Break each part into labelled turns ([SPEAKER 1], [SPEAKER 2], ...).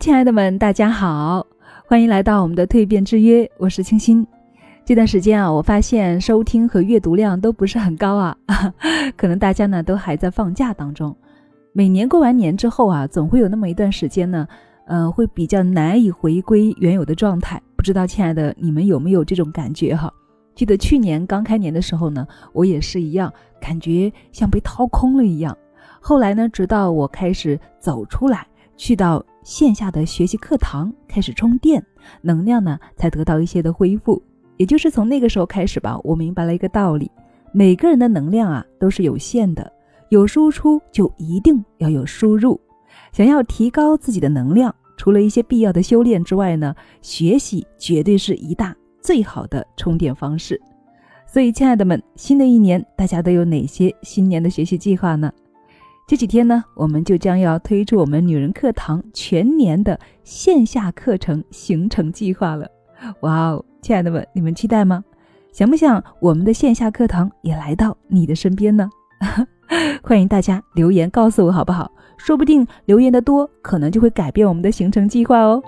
[SPEAKER 1] 亲爱的们，大家好，欢迎来到我们的蜕变之约，我是清新。这段时间我发现收听和阅读量都不是很高可能大家呢都还在放假当中。每年过完年之后总会有那么一段时间呢，会比较难以回归原有的状态。不知道亲爱的你们有没有这种感觉记得去年刚开年的时候呢，我也是一样，感觉像被掏空了一样。后来呢，直到我开始走出来，去到线下的学习课堂，开始充电，能量呢才得到一些的恢复。也就是从那个时候开始吧，我明白了一个道理，每个人的能量都是有限的，有输出就一定要有输入。想要提高自己的能量，除了一些必要的修炼之外呢，学习绝对是一大最好的充电方式。所以亲爱的们，新的一年大家都有哪些新年的学习计划呢？这几天呢，我们就将要推出我们女人课堂全年的线下课程行程计划了。哇哦，亲爱的们，你们期待吗？想不想我们的线下课堂也来到你的身边呢？欢迎大家留言告诉我好不好？说不定留言的多，可能就会改变我们的行程计划哦。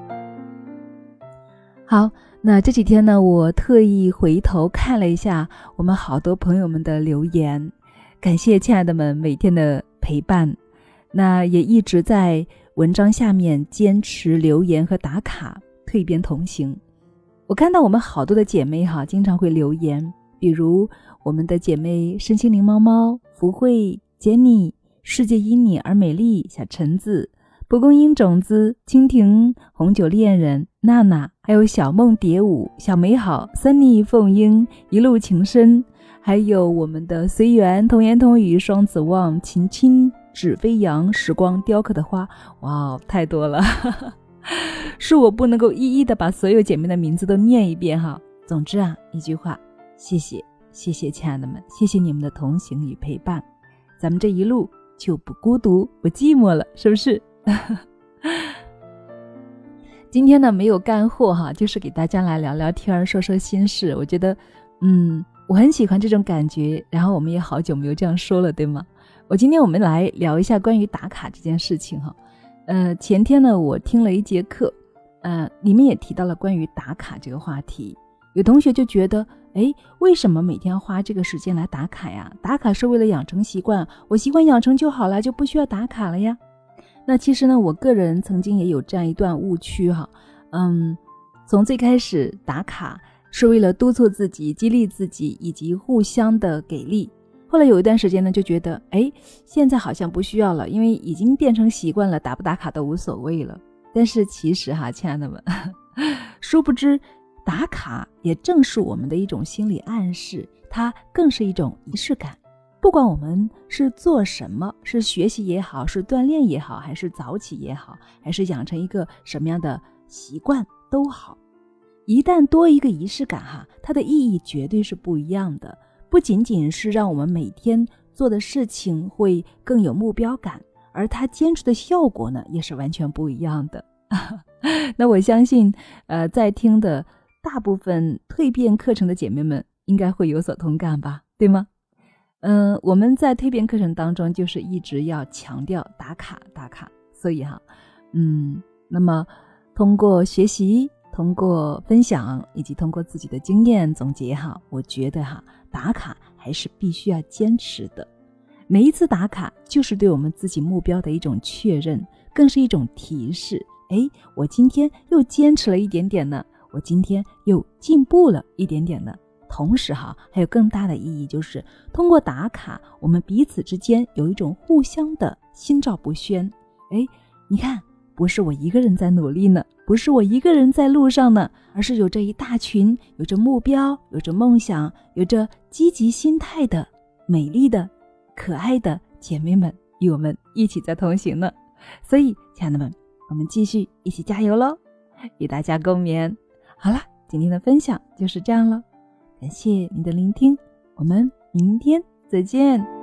[SPEAKER 1] 好，那这几天呢，我特意回头看了一下我们好多朋友们的留言，感谢亲爱的们每天的陪伴，那也一直在文章下面坚持留言和打卡，蜕变同行。我看到我们好多的姐妹经常会留言，比如我们的姐妹身心灵猫猫、福慧、Jenny、世界因你而美丽、小橙子、蒲公英种子、蜻蜓、红酒恋人、娜娜，还有小梦蝶舞、小美好、Sunny、凤英、一路情深，还有我们的随缘、童言童语、双子望、琴琴、纸飞扬、时光雕刻的花，哇，太多了是我不能够一一的把所有姐妹的名字都念一遍总之一句话，谢谢亲爱的们，谢谢你们的同行与陪伴，咱们这一路就不孤独不寂寞了，是不是今天呢没有干货就是给大家来聊聊天，说说心事。我觉得我很喜欢这种感觉，然后我们也好久没有这样说了，对吗？今天我们来聊一下关于打卡这件事情前天呢我听了一节课，里面也提到了关于打卡这个话题。有同学就觉得为什么每天要花这个时间来打卡呀？打卡是为了养成习惯，我习惯养成就好了，就不需要打卡了呀。那其实呢，我个人曾经也有这样一段误区从最开始打卡是为了督促自己、激励自己以及互相的给力，后来有一段时间呢就觉得现在好像不需要了，因为已经变成习惯了，打不打卡都无所谓了。但是其实亲爱的们殊不知打卡也正是我们的一种心理暗示，它更是一种仪式感。不管我们是做什么，是学习也好，是锻炼也好，还是早起也好，还是养成一个什么样的习惯都好，一旦多一个仪式感它的意义绝对是不一样的。不仅仅是让我们每天做的事情会更有目标感，而它坚持的效果呢也是完全不一样的那我相信在听的大部分蜕变课程的姐妹们应该会有所同感吧，对吗？我们在蜕变课程当中就是一直要强调打卡，所以那么通过学习，通过分享，以及通过自己的经验总结我觉得打卡还是必须要坚持的。每一次打卡就是对我们自己目标的一种确认，更是一种提示。我今天又坚持了一点点呢，我今天又进步了一点点呢。同时还有更大的意义，就是通过打卡，我们彼此之间有一种互相的心照不宣。你看，不是我一个人在努力呢，不是我一个人在路上呢，而是有着一大群有着目标、有着梦想、有着积极心态的美丽的可爱的姐妹们与我们一起在同行呢。所以亲爱的们，我们继续一起加油咯，与大家共勉。好了，今天的分享就是这样了，感谢你的聆听，我们明天再见。